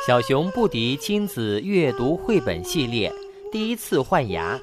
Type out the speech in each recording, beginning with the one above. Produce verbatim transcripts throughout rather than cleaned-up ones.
小熊布迪亲子阅读绘本系列，第一次换牙。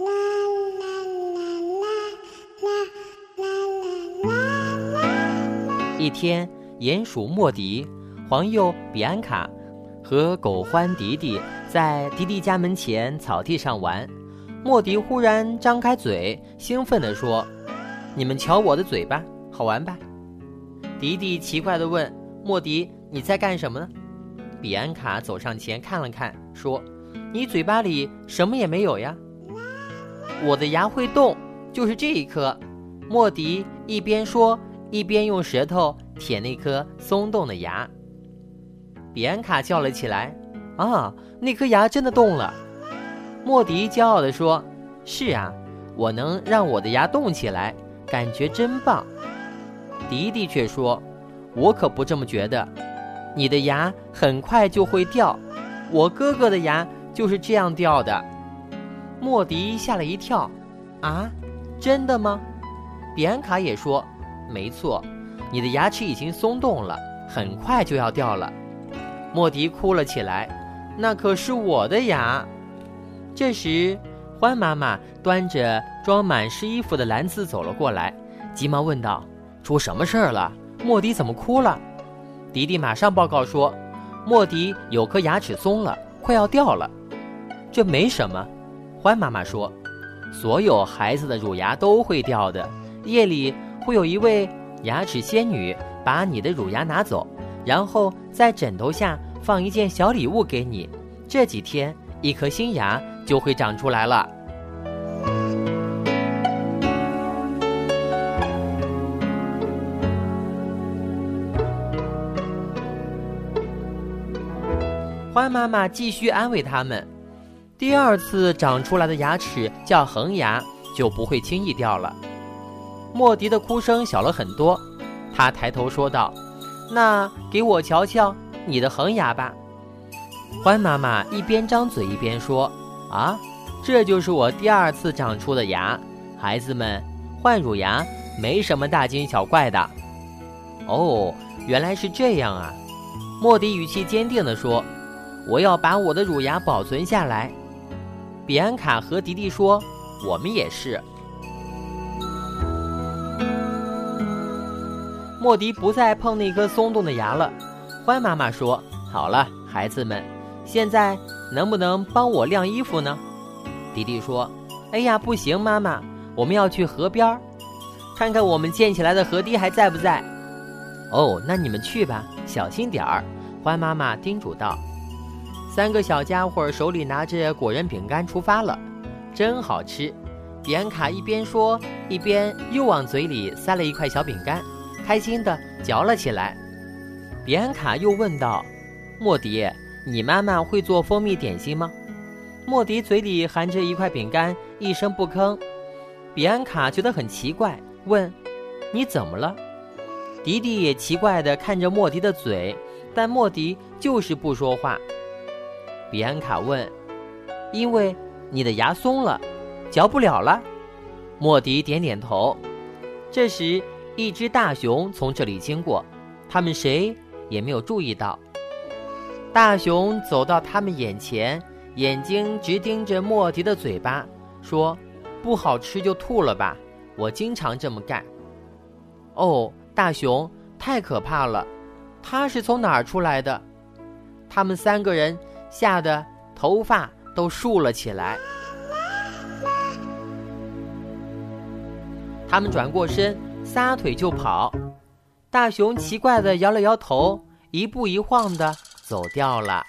一天，鼹鼠莫迪、黄鼬比安卡和狗獾迪迪在迪迪家门前草地上玩。莫迪忽然张开嘴，兴奋地说：“你们瞧我的嘴巴，好玩吧？”迪迪奇怪地问莫迪：“你在干什么呢？”比安卡走上前看了看，说：“你嘴巴里什么也没有呀。”“我的牙会动，就是这一颗。”莫迪一边说，一边用舌头舔那颗松动的牙。比安卡叫了起来：“啊，那颗牙真的动了！”莫迪骄傲地说：“是啊，我能让我的牙动起来，感觉真棒。”迪迪却说：“我可不这么觉得，你的牙很快就会掉，我哥哥的牙就是这样掉的。”莫迪吓了一跳：“啊，真的吗？”比安卡也说：“没错，你的牙齿已经松动了，很快就要掉了。”莫迪哭了起来：“那可是我的牙！”这时，獾妈妈端着装满湿衣服的篮子走了过来，急忙问道：“出什么事儿了？莫迪怎么哭了？”迪迪马上报告说：“莫迪有颗牙齿松了，快要掉了。”“这没什么。”獾妈妈说，“所有孩子的乳牙都会掉的，夜里会有一位牙齿仙女把你的乳牙拿走，然后在枕头下放一件小礼物给你，这几天一颗新牙就会长出来了。”獾妈妈继续安慰他们，第二次长出来的牙齿叫恒牙，就不会轻易掉了。莫迪的哭声小了很多，他抬头说道：“那给我瞧瞧你的恒牙吧。”獾妈妈一边张嘴一边说：“啊，这就是我第二次长出的牙，孩子们，换乳牙没什么大惊小怪的。”“哦，原来是这样啊！”莫迪语气坚定地说：“我要把我的乳牙保存下来。”比安卡和迪迪说：“我们也是。”莫迪不再碰那颗松动的牙了。獾妈妈说：“好了，孩子们，现在能不能帮我晾衣服呢？”迪迪说：“哎呀，不行，妈妈，我们要去河边，看看我们建起来的河堤还在不在。”“哦，那你们去吧，小心点儿。”獾妈妈叮嘱道。三个小家伙手里拿着果仁饼干出发了，真好吃。比安卡一边说，一边又往嘴里塞了一块小饼干，开心地嚼了起来。比安卡又问道：“莫迪，你妈妈会做蜂蜜点心吗？”莫迪嘴里含着一块饼干，一声不吭。比安卡觉得很奇怪，问：“你怎么了？”迪迪也奇怪地看着莫迪的嘴，但莫迪就是不说话。比安卡问：“因为你的牙松了，嚼不了了？”莫迪点点头。这时，一只大熊从这里经过，他们谁也没有注意到。大熊走到他们眼前，眼睛直盯着莫迪的嘴巴，说：“不好吃就吐了吧，我经常这么干。”“哦，大熊，太可怕了，他是从哪儿出来的？”他们三个人吓得头发都竖了起来。他们转过身，撒腿就跑。大熊奇怪地摇了摇头，一步一晃地走掉了。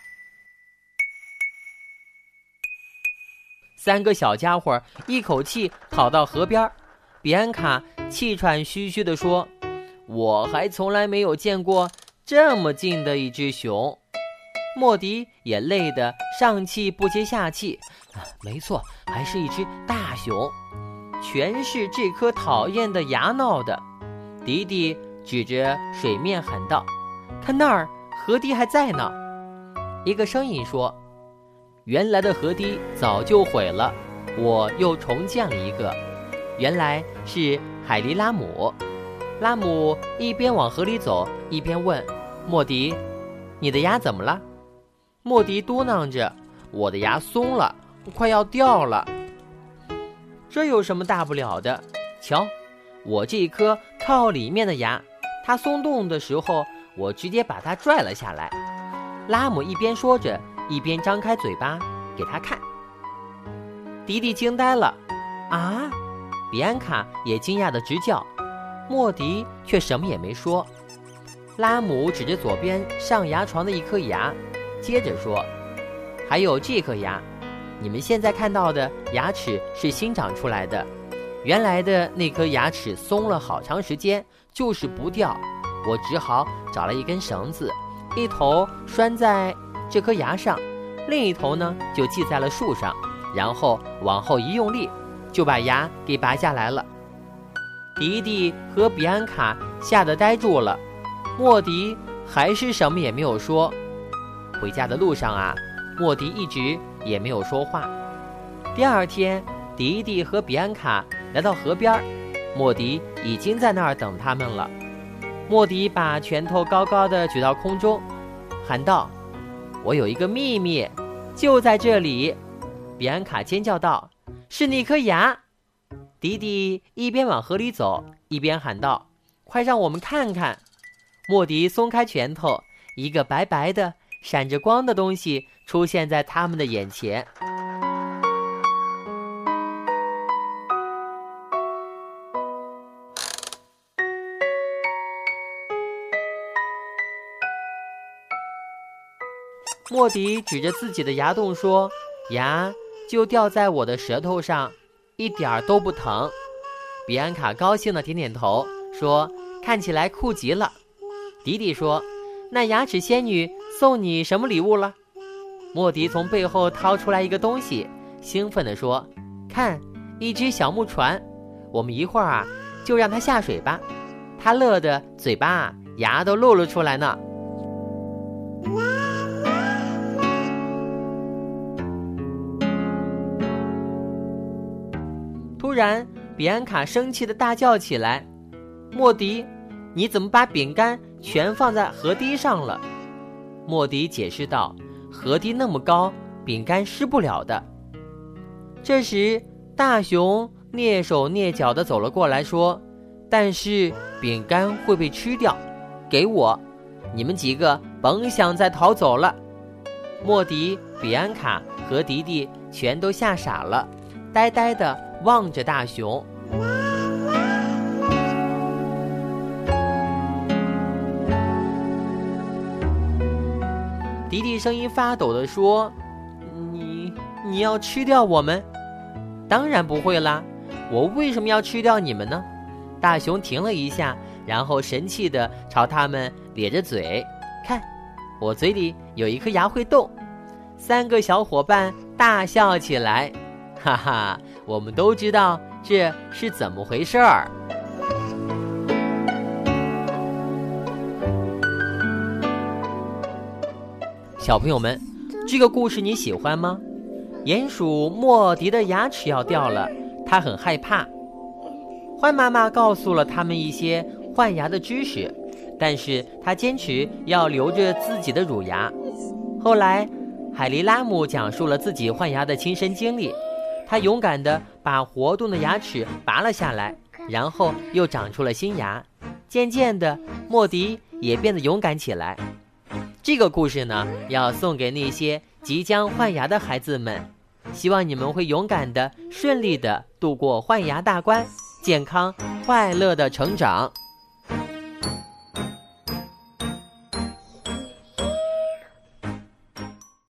三个小家伙一口气跑到河边，比安卡气喘吁吁地说：“我还从来没有见过这么近的一只熊。”莫迪也累得上气不接下气，啊，没错，还是一只大熊，全是这颗讨厌的牙闹的。迪迪指着水面喊道：“看那儿，河堤还在呢。”一个声音说：“原来的河堤早就毁了，我又重建了一个。”原来是海狸拉姆。拉姆一边往河里走，一边问莫迪：“你的牙怎么了？” 莫迪嘟囔着：“我的牙松了，快要掉了。”这有什么大不了的？瞧，我这一颗靠里面的牙，它松动的时候，我直接把它拽了下来。拉姆一边说着，一边张开嘴巴给他看。迪迪惊呆了。啊！比安卡也惊讶地直叫，莫迪却什么也没说。拉姆指着左边上牙床的一颗牙，接着说：“还有这颗牙，你们现在看到的牙齿是新长出来的，原来的那颗牙齿松了好长时间，就是不掉。我只好找了一根绳子，一头拴在这颗牙上，另一头呢就系在了树上，然后往后一用力，就把牙给拔下来了。”迪迪和比安卡吓得呆住了，莫迪还是什么也没有说。回家的路上啊，莫迪一直也没有说话。第二天，迪迪和比安卡来到河边，莫迪已经在那儿等他们了。莫迪把拳头高高的举到空中，喊道：“我有一个秘密，就在这里！”比安卡尖叫道：“是那颗牙！”迪迪一边往河里走，一边喊道：“快让我们看看！”莫迪松开拳头，一个白白的闪着光的东西出现在他们的眼前。莫迪指着自己的牙洞说：“牙就掉在我的舌头上，一点儿都不疼。”比安卡高兴地点点头，说：“看起来酷极了。”迪迪说：“那牙齿仙女送你什么礼物了？”莫迪从背后掏出来一个东西，兴奋地说：“看，一只小木船，我们一会儿啊就让它下水吧。”他乐得嘴巴牙都露了出来呢。突然，比安卡生气地大叫起来：“莫迪，你怎么把饼干全放在河堤上了？”莫迪解释道：“河堤那么高，饼干湿不了的。”这时，大熊蹑手蹑脚地走了过来，说：“但是饼干会被吃掉，给我！你们几个甭想再逃走了。”莫迪、比安卡和迪迪全都吓傻了，呆呆地望着大熊。迪迪声音发抖地说：“你你要吃掉我们？当然不会啦，我为什么要吃掉你们呢？”大熊停了一下，然后神气地朝他们咧着嘴，看，我嘴里有一颗牙会动。三个小伙伴大笑起来，哈哈，我们都知道这是怎么回事儿。小朋友们，这个故事你喜欢吗？鼹鼠莫迪的牙齿要掉了，他很害怕。獾妈妈告诉了他们一些换牙的知识，但是他坚持要留着自己的乳牙。后来海狸拉姆讲述了自己换牙的亲身经历，他勇敢地把活动的牙齿拔了下来，然后又长出了新牙。渐渐的，莫迪也变得勇敢起来。这个故事呢，要送给那些即将换牙的孩子们，希望你们会勇敢的、顺利的度过换牙大关，健康快乐的成长。